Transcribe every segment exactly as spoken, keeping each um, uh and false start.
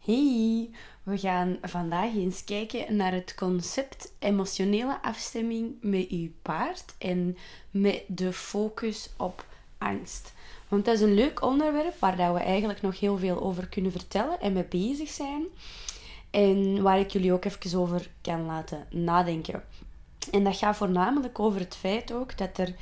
Hey, we gaan vandaag eens kijken naar het concept emotionele afstemming met uw paard en met de focus op angst. Want dat is een leuk onderwerp waar dat we eigenlijk nog heel veel over kunnen vertellen en mee bezig zijn. En waar ik jullie ook even over kan laten nadenken. En dat gaat voornamelijk over het feit ook dat er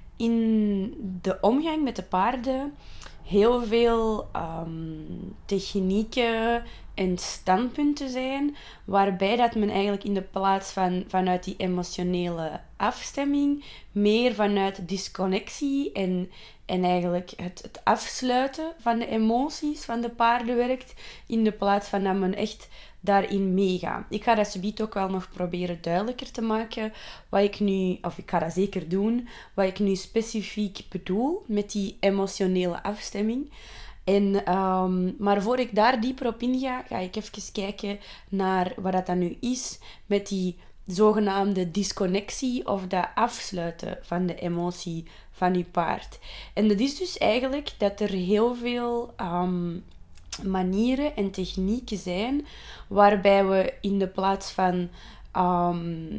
in de omgang met de paarden heel veel um, technieken en standpunten zijn, waarbij dat men eigenlijk in de plaats van vanuit die emotionele afstemming meer vanuit disconnectie en, en eigenlijk het, het afsluiten van de emoties van de paarden werkt, in de plaats van dat men echt daarin meegaat. Ik ga dat subiet ook wel nog proberen duidelijker te maken, wat ik nu, of ik ga dat zeker doen, wat ik nu specifiek bedoel met die emotionele afstemming. En, um, maar voor ik daar dieper op inga, ga ik even kijken naar wat dat dan nu is met die zogenaamde disconnectie of dat afsluiten van de emotie van je paard. En dat is dus eigenlijk dat er heel veel um, manieren en technieken zijn waarbij we in de plaats van um,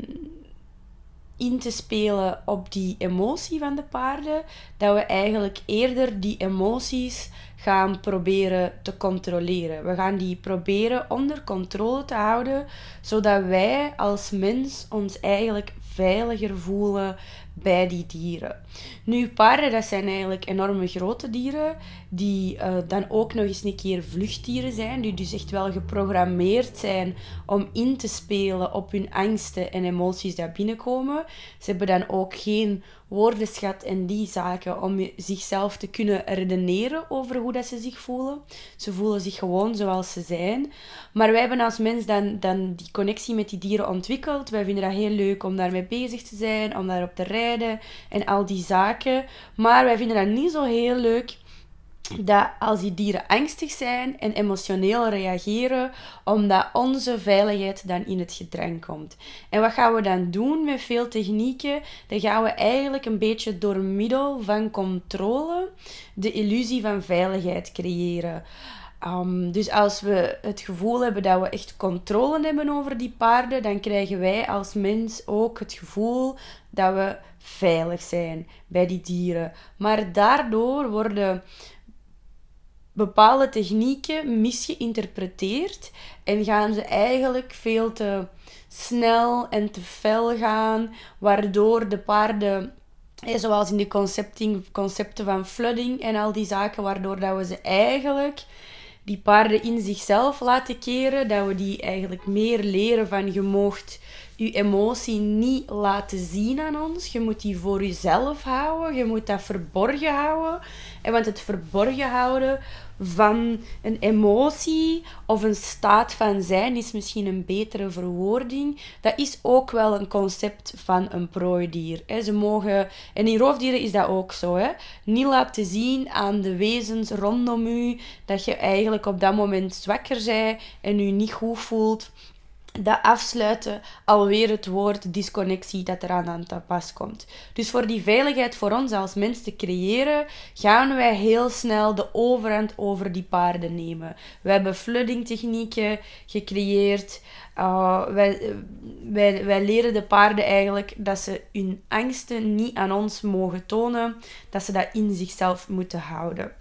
in te spelen op die emotie van de paarden, dat we eigenlijk eerder die emoties gaan proberen te controleren. We gaan die proberen onder controle te houden, zodat wij als mens ons eigenlijk veiliger voelen bij die dieren. Nu, paarden, dat zijn eigenlijk enorme grote dieren, die uh, dan ook nog eens een keer vluchtdieren zijn, die dus echt wel geprogrammeerd zijn om in te spelen op hun angsten en emoties die binnenkomen. Ze hebben dan ook geen woordenschat en die zaken om zichzelf te kunnen redeneren over hoe dat ze zich voelen. Ze voelen zich gewoon zoals ze zijn. Maar wij hebben als mens dan, dan die connectie met die dieren ontwikkeld. Wij vinden dat heel leuk om daarmee bezig te zijn, om daarop te rijden en al die zaken. Maar wij vinden dat niet zo heel leuk dat als die dieren angstig zijn en emotioneel reageren, omdat onze veiligheid dan in het gedrang komt. En wat gaan we dan doen met veel technieken? Dan gaan we eigenlijk een beetje door middel van controle de illusie van veiligheid creëren. Um, dus als we het gevoel hebben dat we echt controle hebben over die paarden, dan krijgen wij als mens ook het gevoel dat we veilig zijn bij die dieren. Maar daardoor worden bepaalde technieken misgeïnterpreteerd en gaan ze eigenlijk veel te snel en te fel gaan, waardoor de paarden, zoals in de concepten van flooding en al die zaken, waardoor dat we ze eigenlijk die paarden in zichzelf laten keren, dat we die eigenlijk meer leren van je moogt je emotie niet laten zien aan ons. Je moet die voor jezelf houden. Je moet dat verborgen houden. En want het verborgen houden van een emotie of een staat van zijn is misschien een betere verwoording. Dat is ook wel een concept van een prooidier. Ze mogen, en in roofdieren is dat ook zo, hè? Niet laten zien aan de wezens rondom u dat je eigenlijk op dat moment zwakker bent en je niet goed voelt. Dat afsluiten, alweer het woord disconnectie dat eraan aan te pas komt. Dus voor die veiligheid voor ons als mens te creëren, gaan wij heel snel de overhand over die paarden nemen. We hebben flooding technieken gecreëerd. Uh, wij, wij, wij leren de paarden eigenlijk dat ze hun angsten niet aan ons mogen tonen, dat ze dat in zichzelf moeten houden.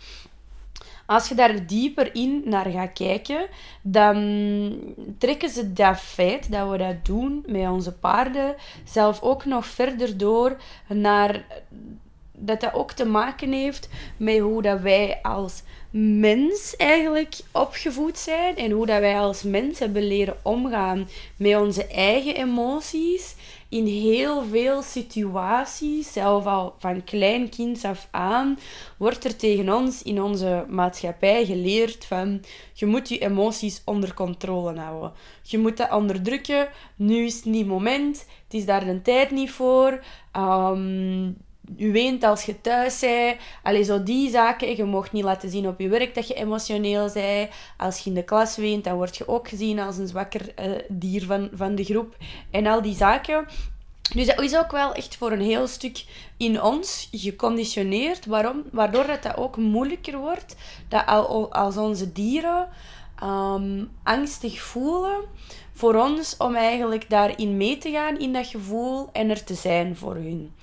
Als je daar dieper in naar gaat kijken, dan trekken ze dat feit dat we dat doen met onze paarden zelf ook nog verder door naar dat dat ook te maken heeft met hoe dat wij als mens eigenlijk opgevoed zijn en hoe dat wij als mens hebben leren omgaan met onze eigen emoties. In heel veel situaties, zelfs al van klein kind af aan, wordt er tegen ons in onze maatschappij geleerd van je moet je emoties onder controle houden. Je moet dat onderdrukken. Nu is het niet moment. Het is daar de tijd niet voor. Um, je weent als je thuis bent. Allee, zo die zaken. Je mag niet laten zien op je werk dat je emotioneel bent. Als je in de klas weent, dan word je ook gezien als een zwakker uh, dier van, van de groep. En al die zaken. Dus dat is ook wel echt voor een heel stuk in ons geconditioneerd. Waarom? Waardoor dat, dat ook moeilijker wordt. Dat als onze dieren um, angstig voelen voor ons om eigenlijk daarin mee te gaan, in dat gevoel, en er te zijn voor hun.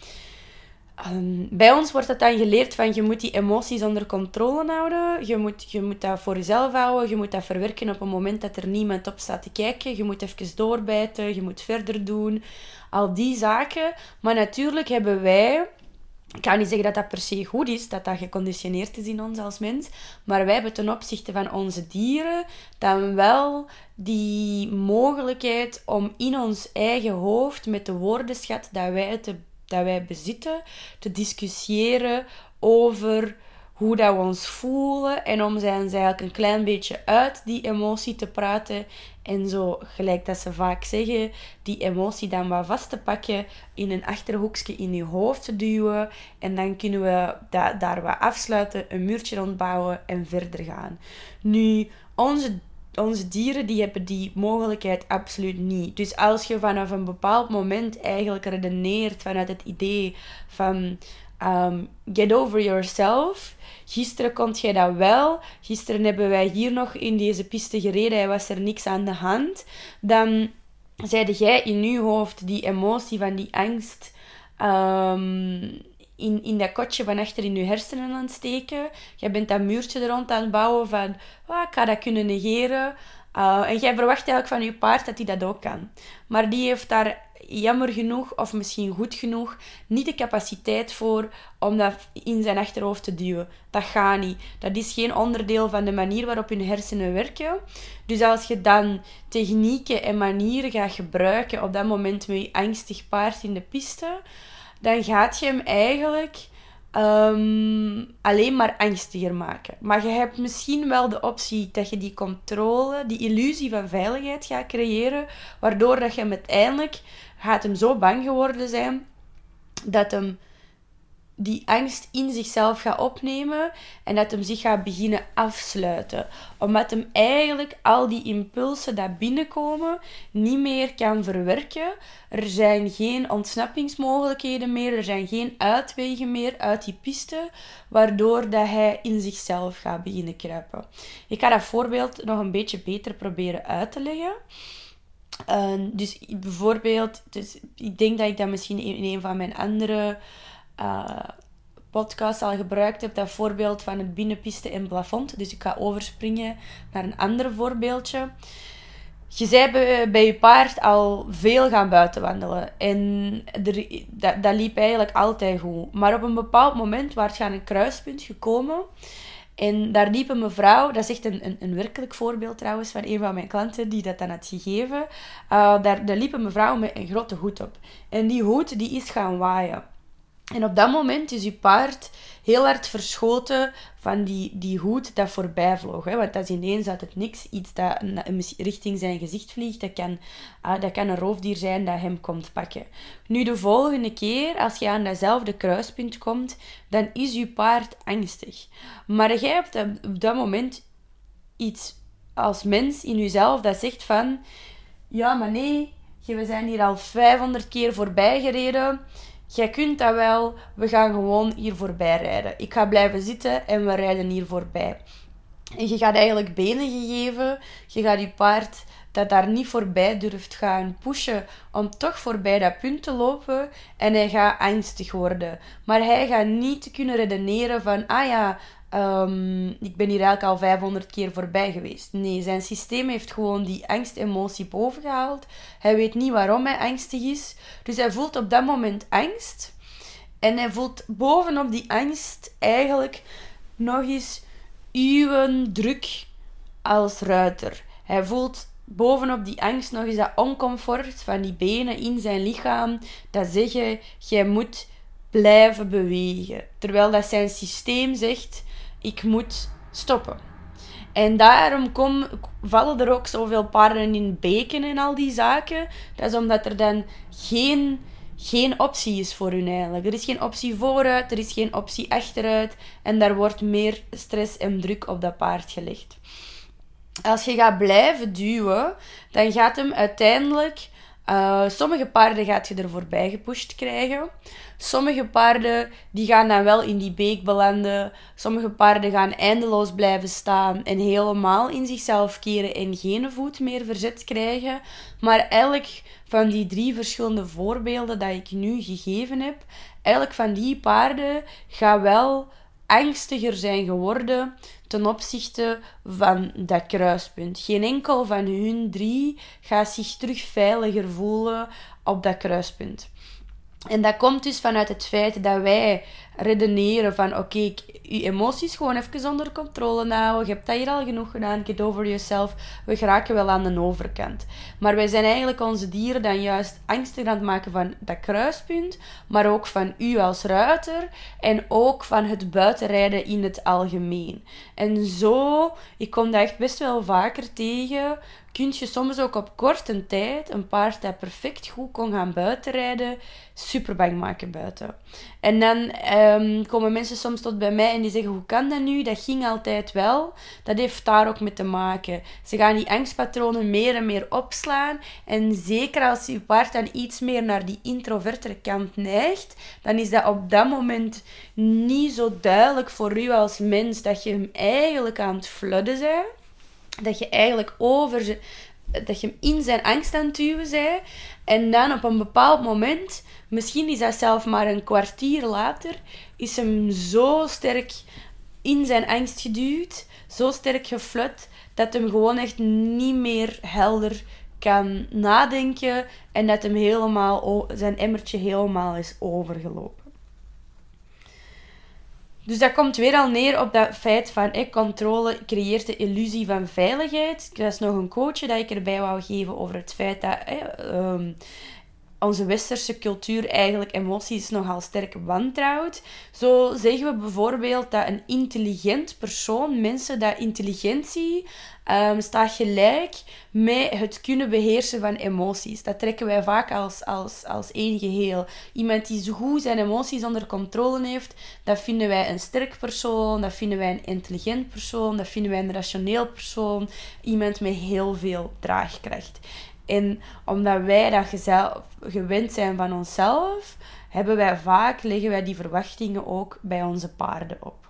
Um, bij ons wordt het dan geleerd van je moet die emoties onder controle houden. Je moet, je moet dat voor jezelf houden. Je moet dat verwerken op een moment dat er niemand op staat te kijken. Je moet even doorbijten. Je moet verder doen. Al die zaken. Maar natuurlijk hebben wij... Ik kan niet zeggen dat dat per se goed is, dat dat geconditioneerd is in ons als mens. Maar wij hebben ten opzichte van onze dieren dan wel die mogelijkheid om in ons eigen hoofd met de woordenschat dat wij, te, dat wij bezitten, te discussiëren over hoe dat we ons voelen. En om zij eigenlijk een klein beetje uit die emotie te praten. En zo, gelijk dat ze vaak zeggen, die emotie dan wat vast te pakken, in een achterhoekje in je hoofd te duwen. En dan kunnen we da- daar wat afsluiten, een muurtje rondbouwen en verder gaan. Nu, onze, onze dieren die hebben die mogelijkheid absoluut niet. Dus als je vanaf een bepaald moment eigenlijk redeneert vanuit het idee van... Um, get over yourself. Gisteren kon jij dat wel. Gisteren hebben wij hier nog in deze piste gereden. Er was er niks aan de hand. Dan zeide jij in je hoofd die emotie van die angst um, in, in dat kotje van achter in je hersenen aan het steken. Jij bent dat muurtje er rond aan het bouwen van oh, ik ga dat kunnen negeren. Uh, en jij verwacht eigenlijk van je paard dat hij dat ook kan. Maar die heeft daar jammer genoeg, of misschien goed genoeg, niet de capaciteit voor om dat in zijn achterhoofd te duwen. Dat gaat niet. Dat is geen onderdeel van de manier waarop hun hersenen werken. Dus als je dan technieken en manieren gaat gebruiken op dat moment met je angstig paard in de piste, dan gaat je hem eigenlijk um, alleen maar angstiger maken. Maar je hebt misschien wel de optie dat je die controle, die illusie van veiligheid gaat creëren, waardoor dat je hem uiteindelijk gaat hem zo bang geworden zijn dat hem die angst in zichzelf gaat opnemen en dat hem zich gaat beginnen afsluiten. Omdat hem eigenlijk al die impulsen die binnenkomen niet meer kan verwerken. Er zijn geen ontsnappingsmogelijkheden meer, er zijn geen uitwegen meer uit die piste, waardoor dat hij in zichzelf gaat beginnen kruipen. Ik ga dat voorbeeld nog een beetje beter proberen uit te leggen. Uh, dus bijvoorbeeld, dus ik denk dat ik dat misschien in een van mijn andere uh, podcasts al gebruikt heb, dat voorbeeld van het binnenpiste en plafond. Dus ik ga overspringen naar een ander voorbeeldje. Je bent bij, bij je paard al veel gaan buitenwandelen. En er, dat, dat liep eigenlijk altijd goed. Maar op een bepaald moment was je aan een kruispunt gekomen. En daar liep een mevrouw, dat is echt een, een, een werkelijk voorbeeld trouwens van een van mijn klanten die dat dan had gegeven. Uh, daar, daar liep een mevrouw met een grote hoed op. En die hoed die is gaan waaien. En op dat moment is je paard heel hard verschoten van die, die hoed dat voorbij vloog. Hè? Want dat is ineens uit het niks iets dat richting zijn gezicht vliegt. Dat kan, uh, dat kan een roofdier zijn dat hem komt pakken. Nu, de volgende keer, als je aan datzelfde kruispunt komt, dan is je paard angstig. Maar jij hebt op dat moment iets als mens in jezelf dat zegt van... Ja, maar nee, we zijn hier al vijfhonderd keer voorbij gereden. Jij kunt dat wel, we gaan gewoon hier voorbij rijden. Ik ga blijven zitten en we rijden hier voorbij. En je gaat eigenlijk benen gegeven. Je gaat je paard dat daar niet voorbij durft gaan pushen om toch voorbij dat punt te lopen. En hij gaat angstig worden. Maar hij gaat niet kunnen redeneren van, ah ja, um, ik ben hier eigenlijk al vijfhonderd keer voorbij geweest. Nee, zijn systeem heeft gewoon die angstemotie bovengehaald. Hij weet niet waarom hij angstig is. Dus hij voelt op dat moment angst. En hij voelt bovenop die angst eigenlijk nog eens uw druk als ruiter. Hij voelt bovenop die angst nog eens dat oncomfort van die benen in zijn lichaam. Dat zeggen, jij moet blijven bewegen. Terwijl dat zijn systeem zegt, ik moet stoppen. En daarom kom, vallen er ook zoveel paarden in beken en al die zaken. Dat is omdat er dan geen, geen optie is voor hun eigenlijk. Er is geen optie vooruit, er is geen optie achteruit. En daar wordt meer stress en druk op dat paard gelegd. Als je gaat blijven duwen, dan gaat hem uiteindelijk Uh, sommige paarden gaat je er voorbij gepusht krijgen. Sommige paarden die gaan dan wel in die beek belanden. Sommige paarden gaan eindeloos blijven staan en helemaal in zichzelf keren en geen voet meer verzet krijgen. Maar elk van die drie verschillende voorbeelden dat ik nu gegeven heb, elk van die paarden gaat wel angstiger zijn geworden ten opzichte van dat kruispunt. Geen enkel van hun drie gaat zich terug veiliger voelen op dat kruispunt. En dat komt dus vanuit het feit dat wij redeneren van oké, okay, je emoties gewoon even onder controle houden. Je hebt dat hier al genoeg gedaan. Get over yourself. We geraken wel aan de overkant. Maar wij zijn eigenlijk onze dieren dan juist angstig aan het maken van dat kruispunt. Maar ook van u als ruiter. En ook van het buitenrijden in het algemeen. En zo, ik kom dat echt best wel vaker tegen, kun je soms ook op korte tijd een paard dat perfect goed kon gaan buitenrijden, super bang maken buiten. En dan um, komen mensen soms tot bij mij en die zeggen, hoe kan dat nu? Dat ging altijd wel. Dat heeft daar ook mee te maken. Ze gaan die angstpatronen meer en meer opslaan. En zeker als je paard dan iets meer naar die introvertere kant neigt, dan is dat op dat moment niet zo duidelijk voor u als mens dat je hem eigenlijk aan het flooden bent. Dat je eigenlijk over... Dat je hem in zijn angst aan het duwen bent. En dan op een bepaald moment, misschien is dat zelf maar een kwartier later, is hem zo sterk in zijn angst geduwd, zo sterk geflut, dat hem gewoon echt niet meer helder kan nadenken en dat hem helemaal, zijn emmertje helemaal is overgelopen. Dus dat komt weer al neer op dat feit van eh, controle creëert de illusie van veiligheid. Dat is nog een quoteje dat ik erbij wou geven over het feit dat eh, um, onze westerse cultuur eigenlijk emoties nogal sterk wantrouwt. Zo zeggen we bijvoorbeeld dat een intelligent persoon, mensen dat intelligentie um, staat gelijk met het kunnen beheersen van emoties. Dat trekken wij vaak als, als, als één geheel. Iemand die zo goed zijn emoties onder controle heeft, dat vinden wij een sterk persoon, dat vinden wij een intelligent persoon, dat vinden wij een rationeel persoon, iemand met heel veel draagkracht. En omdat wij dat gezelf, gewend zijn van onszelf, hebben wij vaak, leggen wij die verwachtingen ook bij onze paarden op.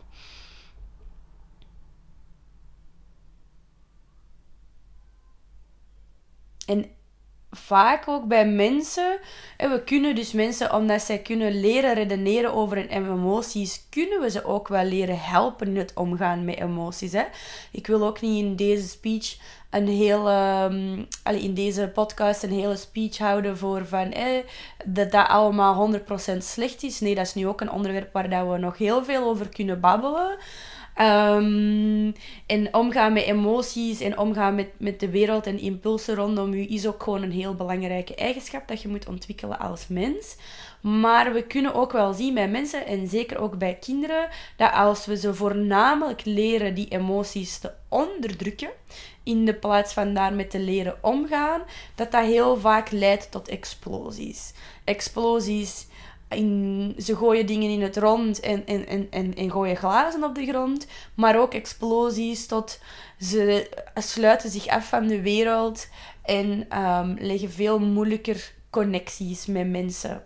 En vaak ook bij mensen, en we kunnen dus mensen, omdat zij kunnen leren redeneren over hun emoties, kunnen we ze ook wel leren helpen in het omgaan met emoties. Hè? Ik wil ook niet in deze speech een hele, um, in deze podcast een hele speech houden voor van, eh, dat dat allemaal honderd procent slecht is. Nee, dat is nu ook een onderwerp waar dat we nog heel veel over kunnen babbelen. Um, en omgaan met emoties en omgaan met, met de wereld en impulsen rondom u is ook gewoon een heel belangrijke eigenschap dat je moet ontwikkelen als mens. Maar we kunnen ook wel zien bij mensen en zeker ook bij kinderen dat als we ze voornamelijk leren die emoties te onderdrukken in de plaats van daarmee te leren omgaan, dat dat heel vaak leidt tot explosies. Explosies In, ze gooien dingen in het rond en, en, en, en, en gooien glazen op de grond. Maar ook explosies tot ze sluiten zich af van de wereld en um, leggen veel moeilijker connecties met mensen.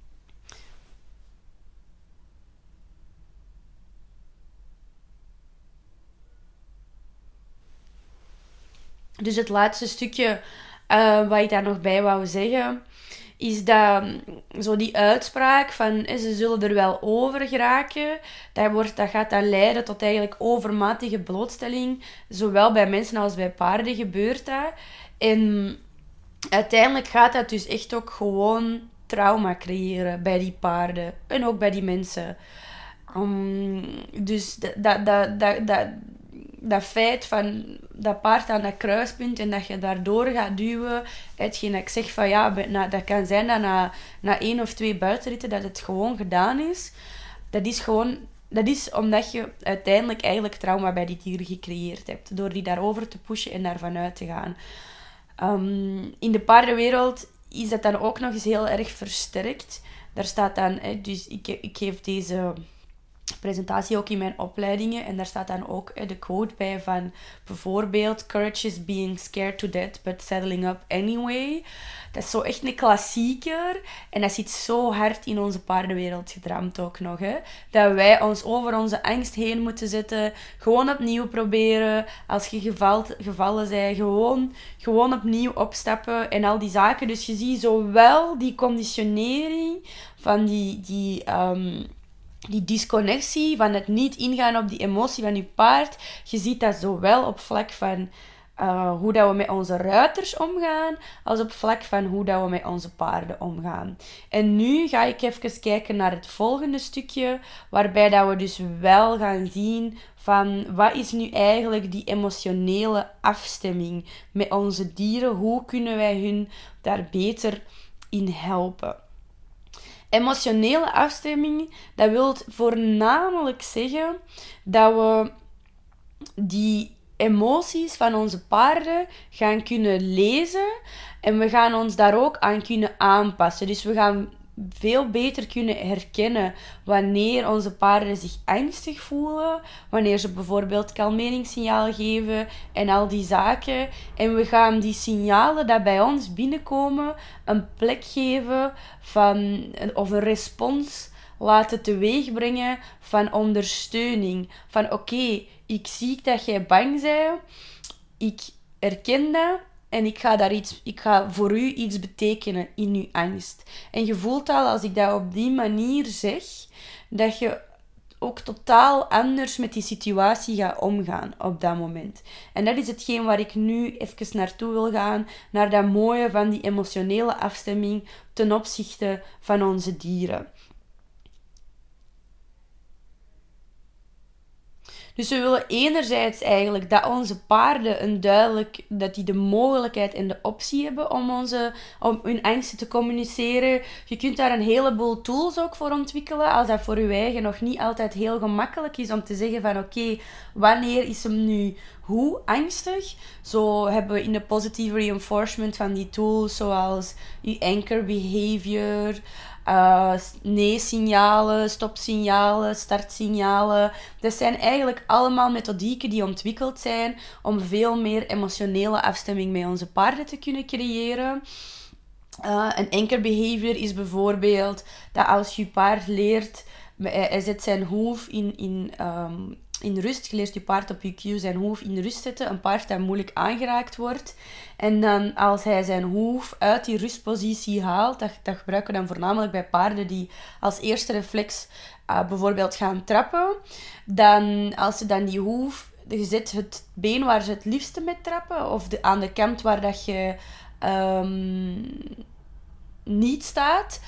Dus het laatste stukje uh, wat ik daar nog bij wou zeggen, is dat zo die uitspraak van eh, ze zullen er wel over geraken, dat, wordt, dat gaat dan leiden tot eigenlijk overmatige blootstelling. Zowel bij mensen als bij paarden gebeurt dat. En uiteindelijk gaat dat dus echt ook gewoon trauma creëren bij die paarden. En ook bij die mensen. Um, dus dat... dat, dat, dat, dat dat feit van dat paard aan dat kruispunt en dat je daardoor gaat duwen, hetgeen dat ik zeg van ja, dat kan zijn dat na, na één of twee buitenritten dat het gewoon gedaan is. Dat is gewoon, dat is omdat je uiteindelijk eigenlijk trauma bij die dieren gecreëerd hebt, door die daarover te pushen en daarvan uit te gaan. Um, in de paardenwereld is dat dan ook nog eens heel erg versterkt. Daar staat dan, dus ik, ik geef deze... presentatie ook in mijn opleidingen. En daar staat dan ook de quote bij van bijvoorbeeld courage is being scared to death but settling up anyway. Dat is zo echt een klassieker. En dat zit zo hard in onze paardenwereld gedramd ook nog. Hè? Dat wij ons over onze angst heen moeten zetten. Gewoon opnieuw proberen. Als je gevald, gevallen bent, gewoon, gewoon opnieuw opstappen. En al die zaken. Dus je ziet zowel die conditionering van die... die um, Die disconnectie van het niet ingaan op die emotie van je paard. Je ziet dat zowel op vlak van uh, hoe dat we met onze ruiters omgaan, als op vlak van hoe dat we met onze paarden omgaan. En nu ga ik even kijken naar het volgende stukje, waarbij dat we dus wel gaan zien van wat is nu eigenlijk die emotionele afstemming met onze dieren. Hoe kunnen wij hun daar beter in helpen? Emotionele afstemming, dat wil voornamelijk zeggen dat we die emoties van onze paarden gaan kunnen lezen en we gaan ons daar ook aan kunnen aanpassen. Dus we gaan veel beter kunnen herkennen wanneer onze paarden zich angstig voelen, wanneer ze bijvoorbeeld kalmeringssignalen geven en al die zaken. En we gaan die signalen die bij ons binnenkomen een plek geven van, of een respons laten teweegbrengen van ondersteuning. Van oké, okay, ik zie dat jij bang bent, ik herken dat. En ik ga, daar iets, ik ga voor u iets betekenen in uw angst. En je voelt al, als ik dat op die manier zeg, dat je ook totaal anders met die situatie gaat omgaan op dat moment. En dat is hetgeen waar ik nu even naartoe wil gaan. Naar dat mooie van die emotionele afstemming ten opzichte van onze dieren. Dus we willen enerzijds eigenlijk dat onze paarden een duidelijk, dat die de mogelijkheid en de optie hebben om, onze, om hun angsten te communiceren. Je kunt daar een heleboel tools ook voor ontwikkelen, als dat voor je eigen nog niet altijd heel gemakkelijk is om te zeggen van oké, okay, wanneer is hem nu hoe angstig? Zo hebben we in de positive reinforcement van die tools zoals je anchor behavior, Uh, nee-signalen, stopsignalen, startsignalen. Dat zijn eigenlijk allemaal methodieken die ontwikkeld zijn om veel meer emotionele afstemming met onze paarden te kunnen creëren. Uh, een anchor behavior is bijvoorbeeld dat als je paard leert, hij zet zijn hoef in, in, um, in rust. Je leert je paard op je cue zijn hoef in rust zetten. Een paard dat moeilijk aangeraakt wordt. En dan als hij zijn hoef uit die rustpositie haalt, dat, dat gebruiken we dan voornamelijk bij paarden die als eerste reflex uh, bijvoorbeeld gaan trappen. Dan als ze dan die hoef, je zet het been waar ze het liefste met trappen, of de, aan de kant waar dat je um, niet staat,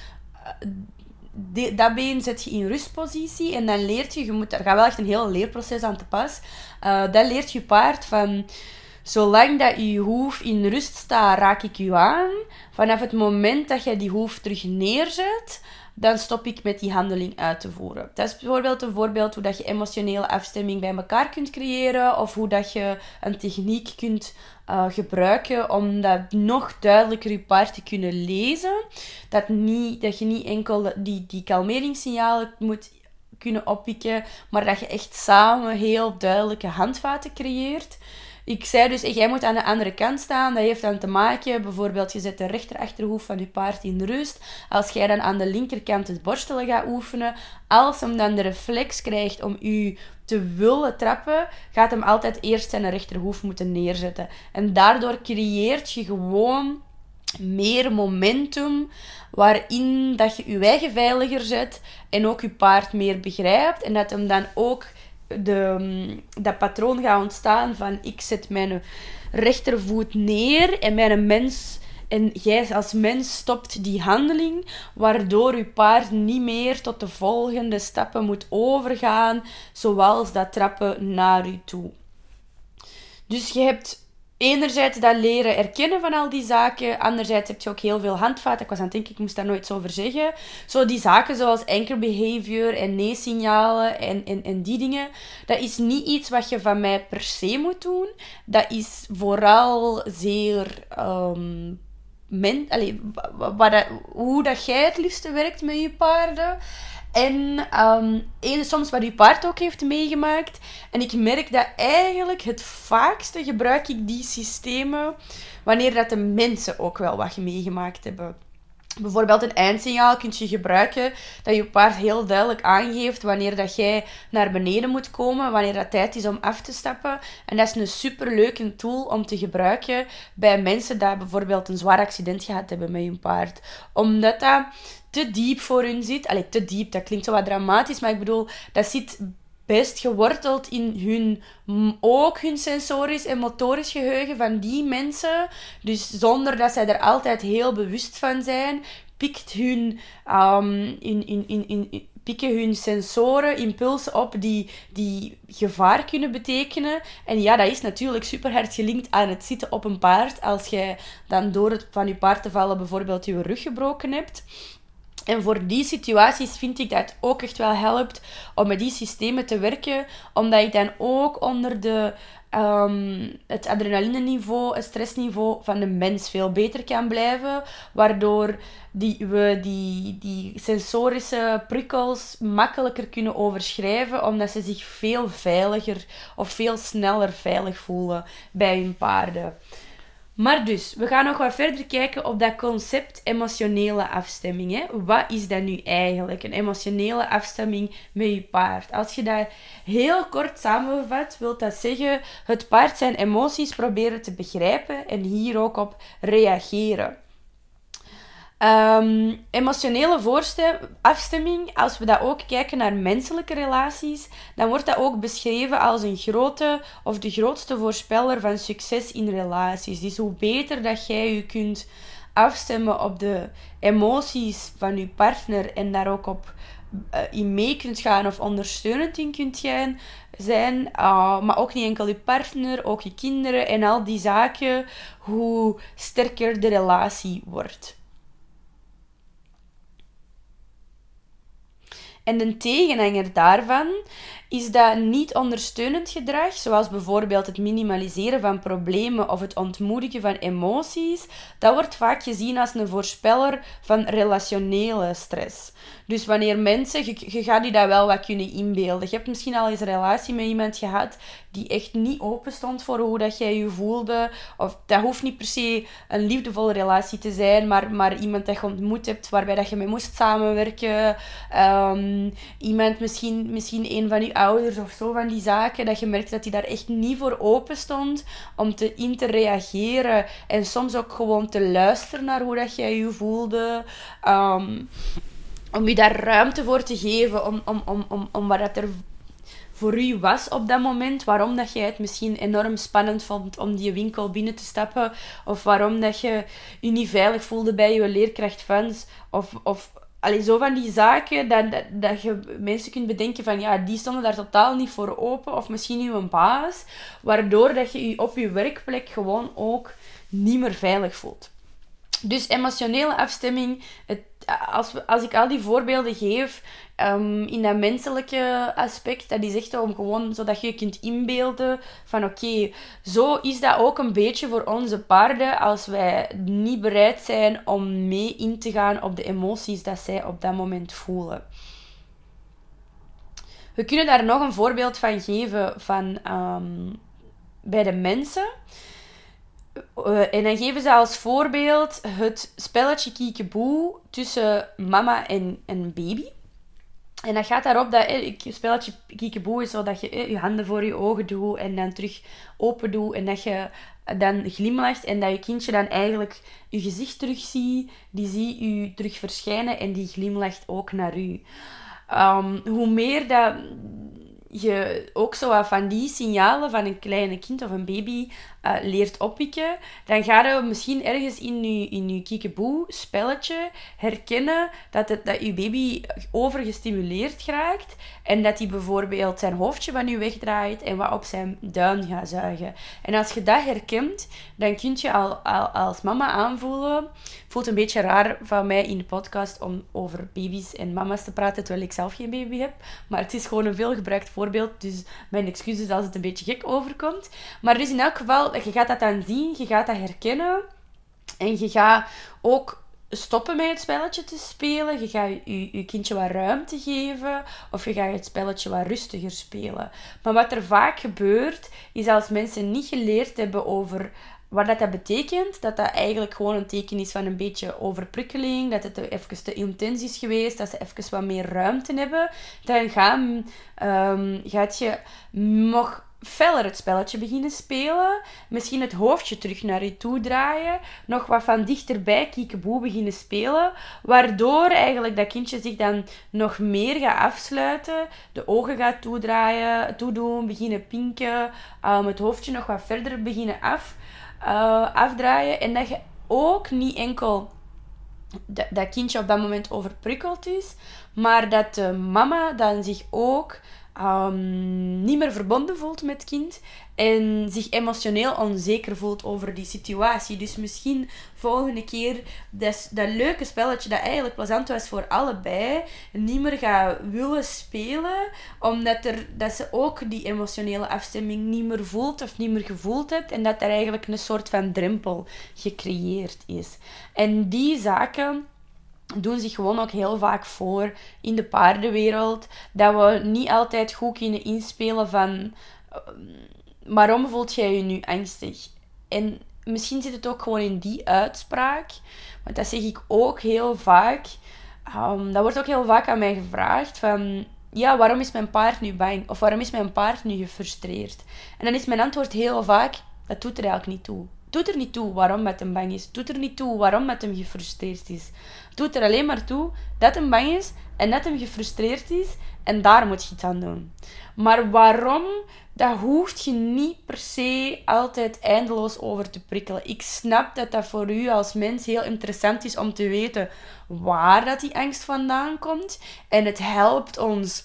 De, dat been zet je in rustpositie en dan leert je, je moet, er gaat wel echt een heel leerproces aan te pas, uh, dan leert je paard van, zolang dat je hoef in rust staat, raak ik je aan. Vanaf het moment dat je die hoef terug neerzet, dan stop ik met die handeling uit te voeren. Dat is bijvoorbeeld een voorbeeld hoe dat je emotionele afstemming bij elkaar kunt creëren, of hoe dat je een techniek kunt uh, gebruiken om dat nog duidelijker je paard te kunnen lezen. Dat, niet, dat je niet enkel die, die kalmeringssignalen moet kunnen oppikken, maar dat je echt samen heel duidelijke handvaten creëert. Ik zei dus, jij moet aan de andere kant staan. Dat heeft dan te maken, bijvoorbeeld, je zet de rechterachterhoef van je paard in rust. Als jij dan aan de linkerkant het borstelen gaat oefenen, als hem dan de reflex krijgt om u te willen trappen, gaat hem altijd eerst zijn rechterhoef moeten neerzetten. En daardoor creëert je gewoon meer momentum, waarin dat je je eigen veiliger zet en ook je paard meer begrijpt. En dat hem dan ook de, dat patroon gaat ontstaan van ik zet mijn rechtervoet neer en mijn mens en jij als mens stopt die handeling, waardoor je paard niet meer tot de volgende stappen moet overgaan, zoals dat trappen naar je toe. Dus je hebt enerzijds dat leren herkennen van al die zaken. Anderzijds heb je ook heel veel handvaten. Ik was aan het denken, ik moest daar nooit zo over zeggen. Zo die zaken zoals anchor behavior en nee-signalen en, en, en die dingen. Dat is niet iets wat je van mij per se moet doen. Dat is vooral zeer Um, men, allez, wat dat, hoe dat jij het liefste werkt met je paarden. En um, één, soms wat je paard ook heeft meegemaakt. En ik merk dat eigenlijk het vaakste gebruik ik die systemen wanneer dat de mensen ook wel wat meegemaakt hebben. Bijvoorbeeld een eindsignaal kun je gebruiken dat je paard heel duidelijk aangeeft wanneer dat jij naar beneden moet komen, wanneer dat tijd is om af te stappen. En dat is een superleuke tool om te gebruiken bij mensen die bijvoorbeeld een zwaar accident gehad hebben met hun paard. Omdat dat te diep voor hun zit. Allee, te diep, dat klinkt zo wat dramatisch, maar ik bedoel, dat zit best geworteld in hun, ook hun sensorisch en motorisch geheugen van die mensen. Dus zonder dat zij er altijd heel bewust van zijn, pikt hun, um, in, in, in, in, pikken hun sensoren impulsen op die, die gevaar kunnen betekenen. En ja, dat is natuurlijk super hard gelinkt aan het zitten op een paard. Als jij dan door het van je paard te vallen bijvoorbeeld je rug gebroken hebt. En voor die situaties vind ik dat het ook echt wel helpt om met die systemen te werken. Omdat ik dan ook onder de, um, het adrenalineniveau, het stressniveau van de mens veel beter kan blijven. Waardoor die, we die, die sensorische prikkels makkelijker kunnen overschrijven. Omdat ze zich veel veiliger of veel sneller veilig voelen bij hun paarden. Maar dus, we gaan nog wat verder kijken op dat concept emotionele afstemming. Hè? Wat is dat nu eigenlijk? Een emotionele afstemming met je paard. Als je dat heel kort samenvat, wil dat zeggen het paard zijn emoties proberen te begrijpen en hier ook op reageren. Um, emotionele voorstem, afstemming, als we dat ook kijken naar menselijke relaties, dan wordt dat ook beschreven als een grote of de grootste voorspeller van succes in relaties. Dus hoe beter dat jij je kunt afstemmen op de emoties van je partner en daar ook op uh, in mee kunt gaan of ondersteunend in kunt gaan, zijn, uh, maar ook niet enkel je partner, ook je kinderen en al die zaken, hoe sterker de relatie wordt. En een tegenhanger daarvan is dat niet ondersteunend gedrag, zoals bijvoorbeeld het minimaliseren van problemen of het ontmoedigen van emoties, dat wordt vaak gezien als een voorspeller van relationele stress. Dus wanneer mensen, je, je gaat je dat wel wat kunnen inbeelden. Je hebt misschien al eens een relatie met iemand gehad die echt niet open stond voor hoe dat jij je voelde. Of dat hoeft niet per se een liefdevolle relatie te zijn, maar, maar iemand dat je ontmoet hebt waarbij dat je mee moest samenwerken. Um, iemand, misschien, misschien een van je ouders of zo, van die zaken, dat je merkt dat die daar echt niet voor open stond om te, in te reageren en soms ook gewoon te luisteren naar hoe dat jij je voelde. Um, om je daar ruimte voor te geven, om, om, om, om, om wat dat er voor u was op dat moment. Waarom dat jij het misschien enorm spannend vond om die winkel binnen te stappen. Of waarom dat je je niet veilig voelde bij je leerkrachtfans. Of, of allee, zo van die zaken dat, dat, dat je mensen kunt bedenken van ja, die stonden daar totaal niet voor open. Of misschien uw baas. Waardoor dat je je op je werkplek gewoon ook niet meer veilig voelt. Dus emotionele afstemming, het, als, we, als ik al die voorbeelden geef um, in dat menselijke aspect, dat is echt om gewoon zodat je je kunt inbeelden van oké, okay, zo is dat ook een beetje voor onze paarden als wij niet bereid zijn om mee in te gaan op de emoties dat zij op dat moment voelen. We kunnen daar nog een voorbeeld van geven van um, bij de mensen. Uh, en dan geven ze als voorbeeld het spelletje kiekeboe tussen mama en, en baby. En dat gaat daarop dat eh, het spelletje kiekeboe is zo dat je eh, je handen voor je ogen doet en dan terug open doet en dat je dan glimlacht en dat je kindje dan eigenlijk je gezicht terugziet, die ziet je terug verschijnen en die glimlacht ook naar u. Um, hoe meer dat je ook zo van die signalen van een kleine kind of een baby uh, leert oppikken, dan ga je misschien ergens in je, in je kiekeboe spelletje herkennen dat, het, dat je baby overgestimuleerd raakt en dat hij bijvoorbeeld zijn hoofdje van je wegdraait en wat op zijn duim gaat zuigen. En als je dat herkent, dan kun je al, al als mama aanvoelen. Voelt een beetje raar van mij in de podcast om over baby's en mama's te praten, terwijl ik zelf geen baby heb. Maar het is gewoon een veelgebruikt voorbeeld, dus mijn excuses als het een beetje gek overkomt. Maar dus in elk geval, je gaat dat dan zien, je gaat dat herkennen. En je gaat ook stoppen met het spelletje te spelen. Je gaat je, je kindje wat ruimte geven. Of je gaat het spelletje wat rustiger spelen. Maar wat er vaak gebeurt, is als mensen niet geleerd hebben over wat dat, dat betekent, dat dat eigenlijk gewoon een teken is van een beetje overprikkeling, dat het even te intens is geweest, dat ze even wat meer ruimte hebben, dan gaan, um, gaat je nog feller het spelletje beginnen spelen, misschien het hoofdje terug naar je toe draaien, nog wat van dichterbij kiekeboe beginnen spelen, waardoor eigenlijk dat kindje zich dan nog meer gaat afsluiten, de ogen gaat toedraaien, toedoen, beginnen pinken, um, het hoofdje nog wat verder beginnen af, uh, afdraaien en dat je ook niet enkel dat, dat kindje op dat moment overprikkeld is, maar dat de mama dan zich ook Um, niet meer verbonden voelt met het kind en zich emotioneel onzeker voelt over die situatie. Dus misschien volgende keer dat, dat leuke spelletje dat eigenlijk plezant was voor allebei niet meer gaat willen spelen, omdat er, dat ze ook die emotionele afstemming niet meer voelt of niet meer gevoeld hebt en dat er eigenlijk een soort van drempel gecreëerd is. En die zaken doen zich gewoon ook heel vaak voor in de paardenwereld. Dat we niet altijd goed kunnen inspelen van waarom voelt jij je nu angstig? En misschien zit het ook gewoon in die uitspraak. Want dat zeg ik ook heel vaak. Um, dat wordt ook heel vaak aan mij gevraagd van ja, waarom is mijn paard nu bang? Of waarom is mijn paard nu gefrustreerd? En dan is mijn antwoord heel vaak, dat doet er eigenlijk niet toe. Het doet er niet toe waarom het hem bang is. Het doet er niet toe waarom het hem gefrustreerd is. Het doet er alleen maar toe dat hem bang is en dat hem gefrustreerd is. En daar moet je iets aan doen. Maar waarom, dat hoeft je niet per se altijd eindeloos over te prikkelen. Ik snap dat dat voor u als mens heel interessant is om te weten waar dat die angst vandaan komt. En het helpt ons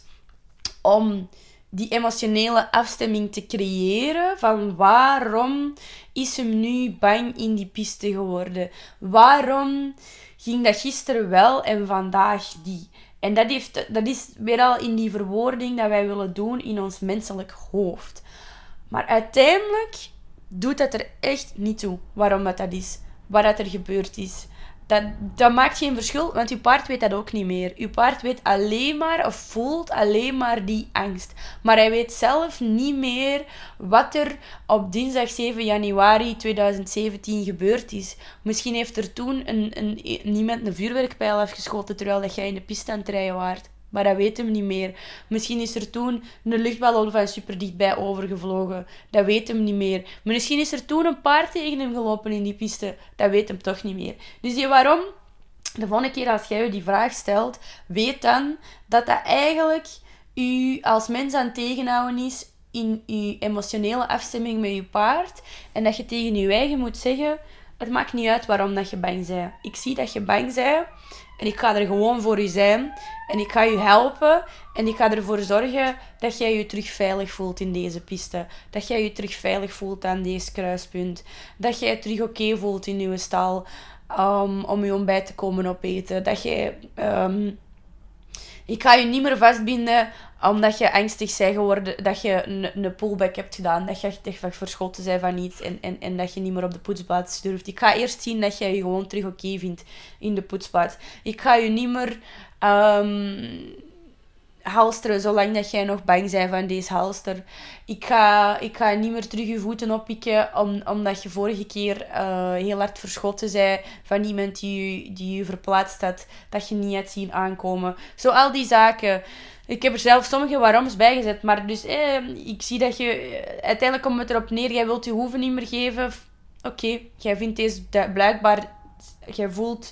om die emotionele afstemming te creëren van waarom is hem nu bang in die piste geworden? Waarom ging dat gisteren wel en vandaag niet? En dat, heeft, dat is weer al in die verwoording dat wij willen doen in ons menselijk hoofd. Maar uiteindelijk doet dat er echt niet toe waarom dat, dat is, wat dat er gebeurd is. Dat, dat maakt geen verschil, want uw paard weet dat ook niet meer. Uw paard weet alleen maar, of voelt alleen maar die angst. Maar hij weet zelf niet meer wat er op dinsdag zeven januari tweeduizend zeventien gebeurd is. Misschien heeft er toen een, een, iemand een vuurwerkpijl afgeschoten terwijl dat jij in de piste aan het rijden waart. Maar dat weet hem niet meer. Misschien is er toen een luchtballon van super dichtbij overgevlogen. Dat weet hem niet meer. Maar misschien is er toen een paard tegen hem gelopen in die piste. Dat weet hem toch niet meer. Dus die waarom, de volgende keer als jij je die vraag stelt, weet dan dat dat eigenlijk u als mens aan het tegenhouden is in je emotionele afstemming met je paard. En dat je tegen je eigen moet zeggen, het maakt niet uit waarom dat je bang bent. Ik zie dat je bang bent. En ik ga er gewoon voor u zijn. En ik ga je helpen. En ik ga ervoor zorgen dat jij je terug veilig voelt in deze piste. Dat jij je terug veilig voelt aan deze kruispunt. Dat jij je terug oké voelt in je stal. Um, om je ontbijt te komen opeten. Dat jij... Um, ik ga je niet meer vastbinden omdat je angstig bent geworden, dat je een, een pullback hebt gedaan, dat je echt verschoten bent van iets en, en, en dat je niet meer op de poetsplaats durft. Ik ga eerst zien dat jij je gewoon terug oké okay vindt in de poetsplaats. Ik ga je niet meer um, halsteren zolang dat jij nog bang bent van deze halster. Ik ga, ik ga niet meer terug je voeten oppikken om, omdat je vorige keer uh, heel hard verschoten bent van iemand die, die je verplaatst had, dat je niet had zien aankomen. Zo al die zaken. Ik heb er zelf sommige waaroms bij gezet, maar dus eh, ik zie dat je eh, uiteindelijk komt het erop neer, jij wilt je hoeven niet meer geven. Oké, okay, jij vindt deze blijkbaar, jij voelt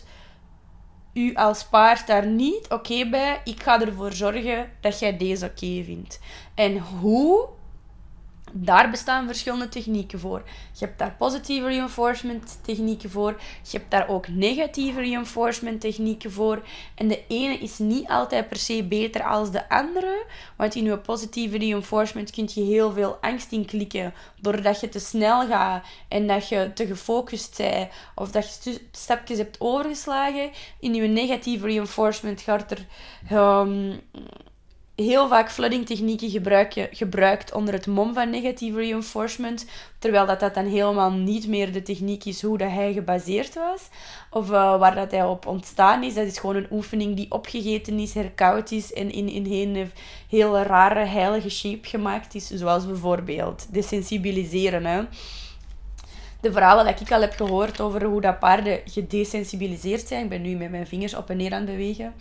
u als paard daar niet oké okay bij. Ik ga ervoor zorgen dat jij deze oké okay vindt. En hoe? Daar bestaan verschillende technieken voor. Je hebt daar positieve reinforcement technieken voor. Je hebt daar ook negatieve reinforcement technieken voor. En de ene is niet altijd per se beter als de andere. Want in je positieve reinforcement kun je heel veel angst inklikken. Doordat je te snel gaat en dat je te gefocust bent. Of dat je stapjes hebt overgeslagen. In je negatieve reinforcement gaat er... Um, heel vaak flooding technieken gebruik, gebruikt onder het mom van negatieve reinforcement, terwijl dat, dat dan helemaal niet meer de techniek is hoe dat hij gebaseerd was, of uh, waar dat hij op ontstaan is. Dat is gewoon een oefening die opgegeten is, herkoud is en in, in een hele rare, heilige shape gemaakt is, zoals bijvoorbeeld desensibiliseren. Hè. De verhalen dat ik al heb gehoord over hoe dat paarden gedesensibiliseerd zijn, ik ben nu met mijn vingers op en neer aan het bewegen,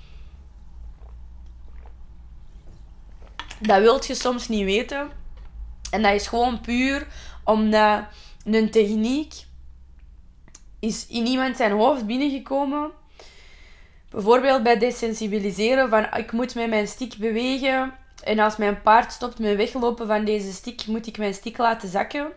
dat wilt je soms niet weten. En dat is gewoon puur omdat een techniek is in iemand zijn hoofd binnengekomen. Bijvoorbeeld bij desensibiliseren van ik moet met mijn stick bewegen. En als mijn paard stopt met weglopen van deze stick, moet ik mijn stick laten zakken.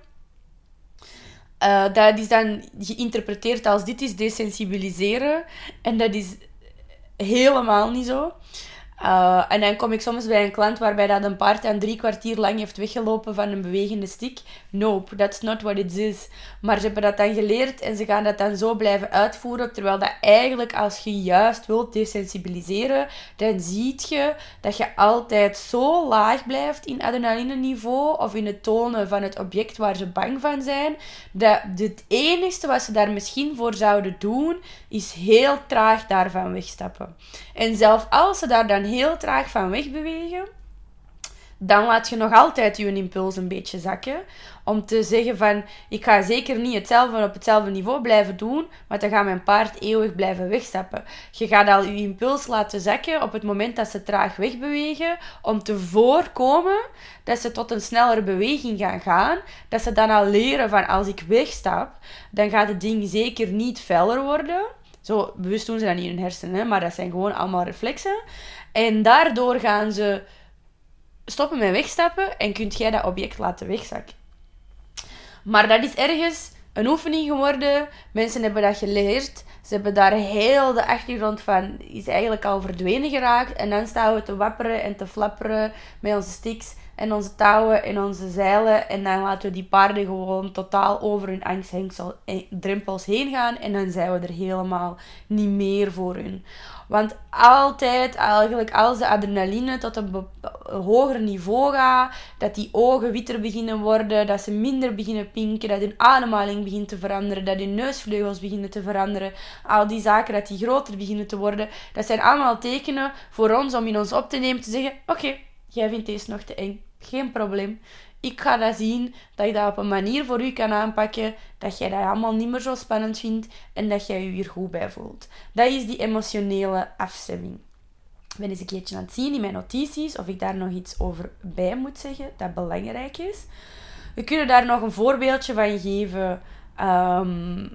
Uh, dat is dan geïnterpreteerd als dit is desensibiliseren. En dat is helemaal niet zo. Uh, en dan kom ik soms bij een klant waarbij dat een paard dan drie kwartier lang heeft weggelopen van een bewegende stick. Nope, that's not what it is. Maar ze hebben dat dan geleerd en ze gaan dat dan zo blijven uitvoeren. Terwijl dat eigenlijk, als je juist wilt desensibiliseren, dan zie je dat je altijd zo laag blijft in adrenaline-niveau of in het tonen van het object waar ze bang van zijn, dat het enige wat ze daar misschien voor zouden doen, is heel traag daarvan wegstappen. En zelfs als ze daar dan heel traag van wegbewegen, dan laat je nog altijd je impuls een beetje zakken. Om te zeggen van, ik ga zeker niet hetzelfde op hetzelfde niveau blijven doen, want dan gaat mijn paard eeuwig blijven wegstappen. Je gaat al je impuls laten zakken op het moment dat ze traag wegbewegen, om te voorkomen dat ze tot een snellere beweging gaan gaan. Dat ze dan al leren van, als ik wegstap, dan gaat het ding zeker niet feller worden. Zo bewust doen ze dat niet in hun hersenen, hè, maar dat zijn gewoon allemaal reflexen. En daardoor gaan ze stoppen met wegstappen en kunt jij dat object laten wegzakken. Maar dat is ergens een oefening geworden. Mensen hebben dat geleerd. Ze hebben daar heel de achtergrond van, is eigenlijk al verdwenen geraakt. En dan staan we te wapperen en te flapperen met onze sticks en onze touwen en onze zeilen. En dan laten we die paarden gewoon totaal over hun angstdrempels heen gaan. En dan zijn we er helemaal niet meer voor hun. Want altijd, eigenlijk als de adrenaline tot een hoger niveau gaat, dat die ogen witter beginnen worden, dat ze minder beginnen pinken, dat hun ademhaling begint te veranderen, dat hun neusvleugels beginnen te veranderen, al die zaken, dat die groter beginnen te worden, dat zijn allemaal tekenen voor ons om in ons op te nemen, te zeggen, oké, okay, jij vindt deze nog te eng, geen probleem. Ik ga dat zien, dat je dat op een manier voor u kan aanpakken, dat jij dat allemaal niet meer zo spannend vindt en dat jij je hier goed bij voelt. Dat is die emotionele afstemming. Ik ben eens een keertje aan het zien in mijn notities of ik daar nog iets over bij moet zeggen dat belangrijk is. We kunnen daar nog een voorbeeldje van geven um,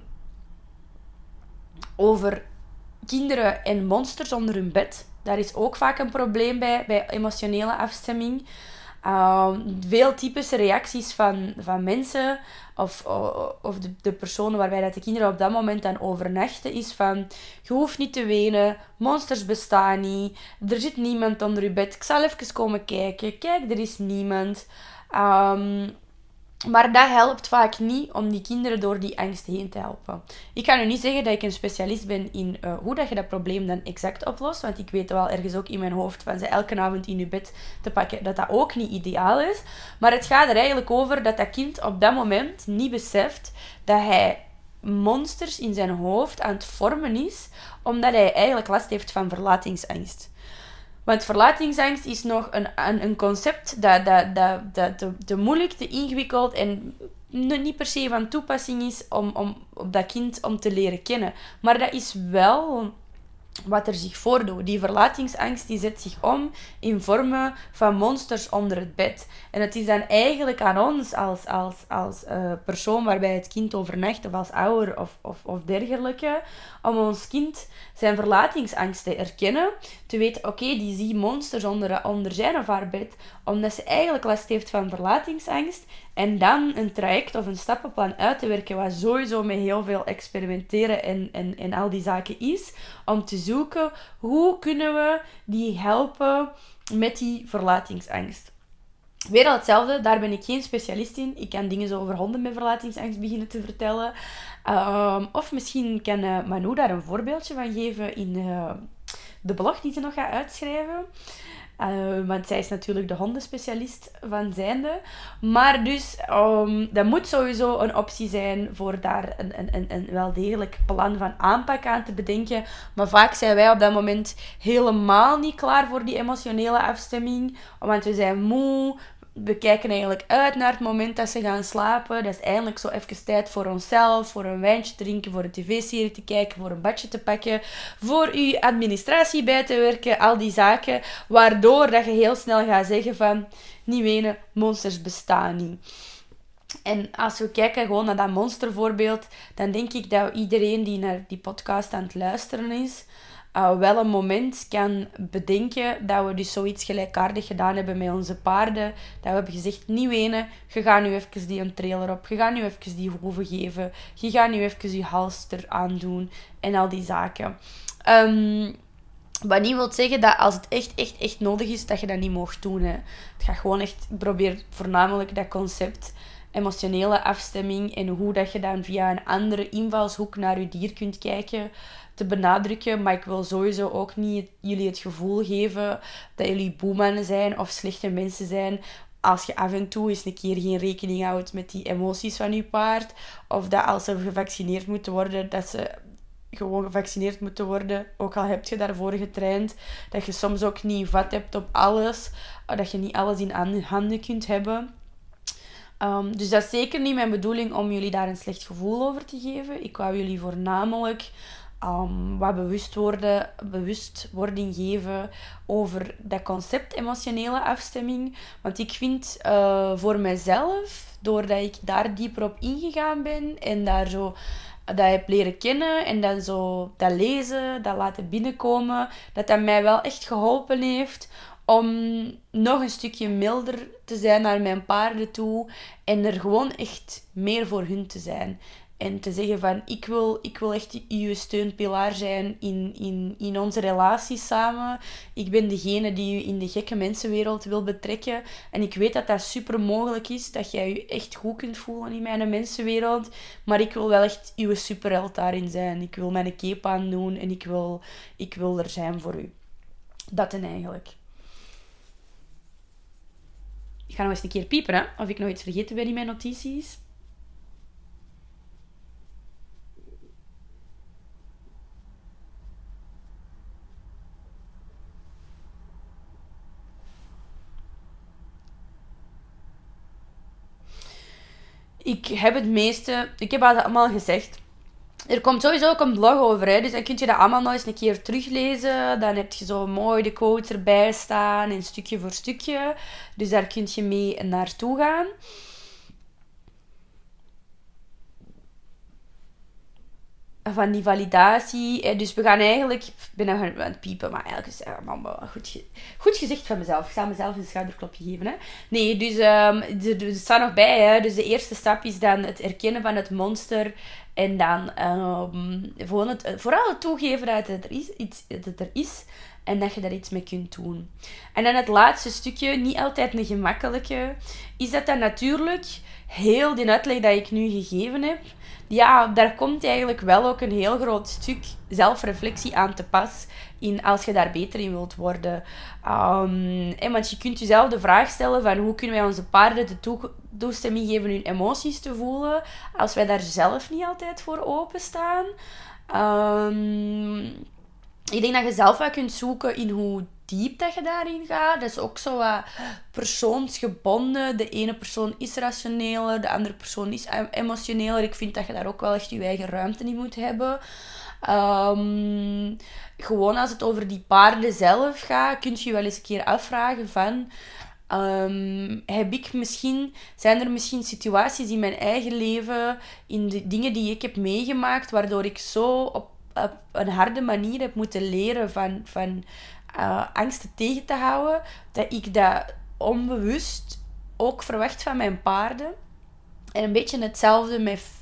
over kinderen en monsters onder hun bed. Daar is ook vaak een probleem bij, bij emotionele afstemming. Um, veel typische reacties van, van mensen of, of de, de personen waarbij dat de kinderen op dat moment dan overnachten is van, je hoeft niet te wenen, monsters bestaan niet, er zit niemand onder je bed, ik zal even komen kijken, kijk, er is niemand. Um, Maar dat helpt vaak niet om die kinderen door die angst heen te helpen. Ik kan nu niet zeggen dat ik een specialist ben in uh, hoe dat je dat probleem dan exact oplost. Want ik weet wel ergens ook in mijn hoofd van ze elke avond in je bed te pakken, dat dat ook niet ideaal is. Maar het gaat er eigenlijk over dat dat kind op dat moment niet beseft dat hij monsters in zijn hoofd aan het vormen is, omdat hij eigenlijk last heeft van verlatingsangst. Want verlatingsangst is nog een, een, een concept dat, dat, dat, dat te, te moeilijk, te ingewikkeld en niet per se van toepassing is om, om op dat kind om te leren kennen. Maar dat is wel wat er zich voordoet. Die verlatingsangst die zet zich om in vormen van monsters onder het bed. En het is dan eigenlijk aan ons als, als, als uh, persoon waarbij het kind overnacht, of als ouder of, of, of dergelijke, om ons kind zijn verlatingsangst te erkennen. Te weten, oké, okay, die ziet monsters onder, onder zijn of haar bed, omdat ze eigenlijk last heeft van verlatingsangst. En dan een traject of een stappenplan uit te werken, wat sowieso met heel veel experimenteren en, en, en al die zaken is, om te zoeken hoe kunnen we die helpen met die verlatingsangst. Weer al hetzelfde, daar ben ik geen specialist in. Ik kan dingen zo over honden met verlatingsangst beginnen te vertellen. Um, of misschien kan uh, Manu daar een voorbeeldje van geven in uh, de blog die ze nog gaat uitschrijven. Uh, want zij is natuurlijk de hondenspecialist van zijnde. Maar dus, um, dat moet sowieso een optie zijn voor daar een, een, een, een wel degelijk plan van aanpak aan te bedenken. Maar vaak zijn wij op dat moment helemaal niet klaar voor die emotionele afstemming. Want we zijn moe. We kijken eigenlijk uit naar het moment dat ze gaan slapen. Dat is eindelijk zo even tijd voor onszelf, voor een wijntje te drinken, voor een tv-serie te kijken, voor een badje te pakken, voor uw administratie bij te werken, al die zaken, waardoor dat je heel snel gaat zeggen van, niet wenen, monsters bestaan niet. En als we kijken gewoon naar dat monstervoorbeeld, dan denk ik dat iedereen die naar die podcast aan het luisteren is, Uh, wel een moment kan bedenken dat we dus zoiets gelijkaardig gedaan hebben met onze paarden. Dat we hebben gezegd, niet wenen, je gaat nu even die een trailer op, je gaat nu even die hoeven geven, je gaat nu even je halster aandoen en al die zaken. Um, wat niet wil zeggen dat als het echt, echt, echt nodig is, dat je dat niet mocht doen. Hè. Het gaat gewoon echt, probeer voornamelijk dat concept emotionele afstemming en hoe dat je dan via een andere invalshoek naar je dier kunt kijken, te benadrukken. Maar ik wil sowieso ook niet jullie het gevoel geven dat jullie boemannen zijn of slechte mensen zijn als je af en toe eens een keer geen rekening houdt met die emoties van je paard. Of dat als ze gevaccineerd moeten worden, dat ze gewoon gevaccineerd moeten worden. Ook al heb je daarvoor getraind. Dat je soms ook niet vat hebt op alles. Dat je niet alles in handen kunt hebben. Um, dus dat is zeker niet mijn bedoeling om jullie daar een slecht gevoel over te geven. Ik wou jullie voornamelijk um, wat bewust worden, bewustwording geven over dat concept emotionele afstemming. Want ik vind uh, voor mezelf, doordat ik daar dieper op ingegaan ben en daar zo dat heb leren kennen en dan zo dat lezen, dat laten binnenkomen, dat dat mij wel echt geholpen heeft om nog een stukje milder te zijn naar mijn paarden toe en er gewoon echt meer voor hun te zijn. En te zeggen van, ik wil, ik wil echt uw steunpilaar zijn in, in, in onze relatie samen. Ik ben degene die u in de gekke mensenwereld wil betrekken. En ik weet dat dat super mogelijk is, dat jij je echt goed kunt voelen in mijn mensenwereld. Maar ik wil wel echt uw superheld daarin zijn. Ik wil mijn cape aandoen en ik wil, ik wil er zijn voor u. Dat en eigenlijk. Ik ga nog eens een keer piepen, hè? Of ik nog iets vergeten ben in mijn notities. Ik heb het meeste... Ik heb het allemaal gezegd. Er komt sowieso ook een blog over, hè, dus dan kun je dat allemaal nog eens een keer teruglezen. Dan heb je zo mooi de quotes erbij staan, en stukje voor stukje. Dus daar kun je mee naartoe gaan. Van die validatie. Dus we gaan eigenlijk... Ik ben nog aan het piepen, maar eigenlijk is het allemaal goed, ge, goed gezegd van mezelf. Ik ga mezelf een schouderklopje geven. Hè. Nee, dus um, er staat nog bij. Hè. Dus de eerste stap is dan het erkennen van het monster. En dan um, gewoon het, vooral het toegeven dat het er is, iets, dat het er is. En dat je daar iets mee kunt doen. En dan het laatste stukje, niet altijd een gemakkelijke, is dat dan natuurlijk heel die uitleg dat ik nu gegeven heb, ja, daar komt eigenlijk wel ook een heel groot stuk zelfreflectie aan te pas in als je daar beter in wilt worden. Um, en want je kunt jezelf de vraag stellen van hoe kunnen wij onze paarden de toe- toestemming geven hun emoties te voelen als wij daar zelf niet altijd voor openstaan. Um, ik denk dat je zelf wel kunt zoeken in hoe diep dat je daarin gaat. Dat is ook zo wat persoonsgebonden. De ene persoon is rationeler, de andere persoon is emotioneler. Ik vind dat je daar ook wel echt je eigen ruimte in moet hebben. Um, gewoon als het over die paarden zelf gaat, kun je je wel eens een keer afvragen van... Um, heb ik misschien, zijn er misschien situaties in mijn eigen leven, in de dingen die ik heb meegemaakt, waardoor ik zo op, op een harde manier heb moeten leren van... van Uh, angsten tegen te houden, dat ik dat onbewust ook verwacht van mijn paarden. En een beetje hetzelfde met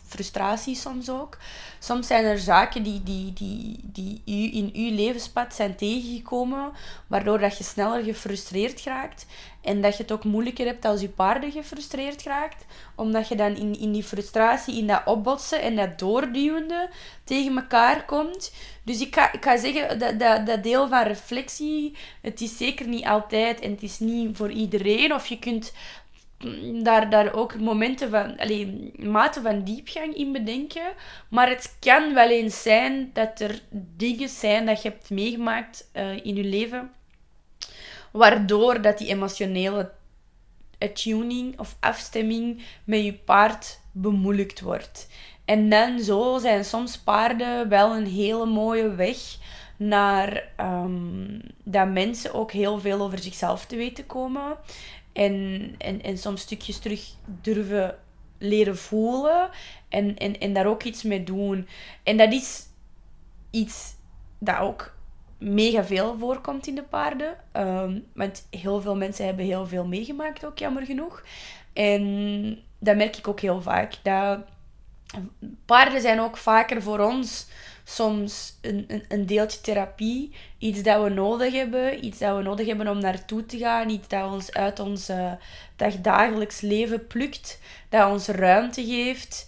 frustratie soms ook. Soms zijn er zaken die, die, die, die u in uw levenspad zijn tegengekomen, waardoor dat je sneller gefrustreerd raakt. En dat je het ook moeilijker hebt als je paarden gefrustreerd raakt. Omdat je dan in, in die frustratie, in dat opbotsen en dat doorduwende tegen elkaar komt. Dus ik ga, ik ga zeggen, dat, dat, dat deel van reflectie, het is zeker niet altijd en het is niet voor iedereen. Of je kunt daar, daar ook momenten van, allez, maten van diepgang in bedenken. Maar het kan wel eens zijn dat er dingen zijn dat je hebt meegemaakt uh, in je leven, waardoor dat die emotionele attuning of afstemming met je paard bemoeilijkt wordt. En dan zo zijn soms paarden wel een hele mooie weg naar um, dat mensen ook heel veel over zichzelf te weten komen. En, en, en soms stukjes terug durven leren voelen. En, en, en daar ook iets mee doen. En dat is iets dat ook mega veel voorkomt in de paarden. Um, want heel veel mensen hebben heel veel meegemaakt, ook jammer genoeg. En dat merk ik ook heel vaak. Dat paarden zijn ook vaker voor ons soms een, een, een deeltje therapie. Iets dat we nodig hebben. Iets dat we nodig hebben om naartoe te gaan. Iets dat ons uit ons uh, dagdagelijks leven plukt. Dat ons ruimte geeft.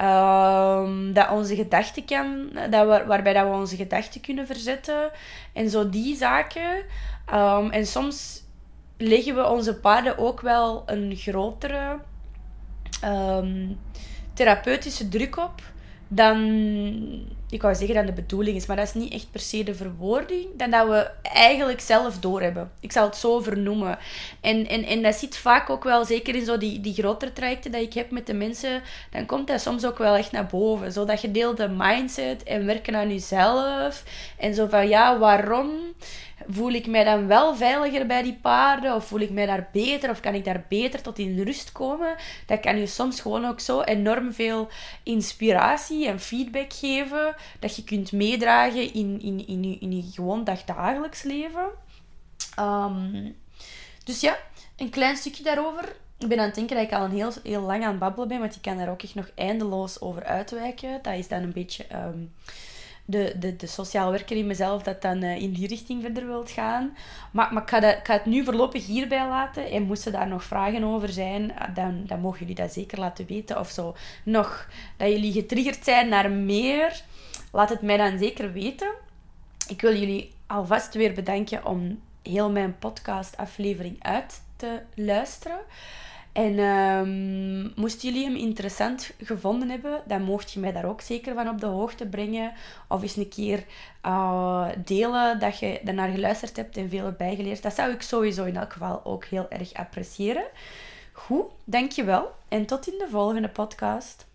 Um, dat onze gedachten kan, dat we, waarbij dat we onze gedachten kunnen verzetten. En zo die zaken. Um, en soms leggen we onze paarden ook wel een grotere um, therapeutische druk op dan, ik wou zeggen dan de bedoeling is, maar dat is niet echt per se de verwoording, dan dat we eigenlijk zelf doorhebben. Ik zal het zo vernoemen. En, en, en dat zit vaak ook wel, zeker in zo die, die grotere trajecten dat ik heb met de mensen, dan komt dat soms ook wel echt naar boven. Zo dat gedeelde mindset en werken aan jezelf. En zo van, ja, waarom voel ik mij dan wel veiliger bij die paarden? Of voel ik mij daar beter? Of kan ik daar beter tot in rust komen? Dat kan je soms gewoon ook zo enorm veel inspiratie en feedback geven. Dat je kunt meedragen in, in, in, je, in je gewoon dagdagelijks leven. Um, dus ja, een klein stukje daarover. Ik ben aan het denken dat ik al een heel, heel lang aan het babbelen ben. Want ik kan daar ook echt nog eindeloos over uitwijken. Dat is dan een beetje Um, De, de, de sociaal werker in mezelf dat dan uh, in die richting verder wilt gaan. Maar, maar ik, ga dat, ik ga het nu voorlopig hierbij laten. En moesten daar nog vragen over zijn, dan, dan mogen jullie dat zeker laten weten. Of zo nog dat jullie getriggerd zijn naar meer. Laat het mij dan zeker weten. Ik wil jullie alvast weer bedanken om heel mijn podcastaflevering uit te luisteren. En um, moesten jullie hem interessant gevonden hebben, dan mocht je mij daar ook zeker van op de hoogte brengen. Of eens een keer uh, delen dat je daarnaar geluisterd hebt en veel hebt bijgeleerd. Dat zou ik sowieso in elk geval ook heel erg appreciëren. Goed, dankjewel. En tot in de volgende podcast.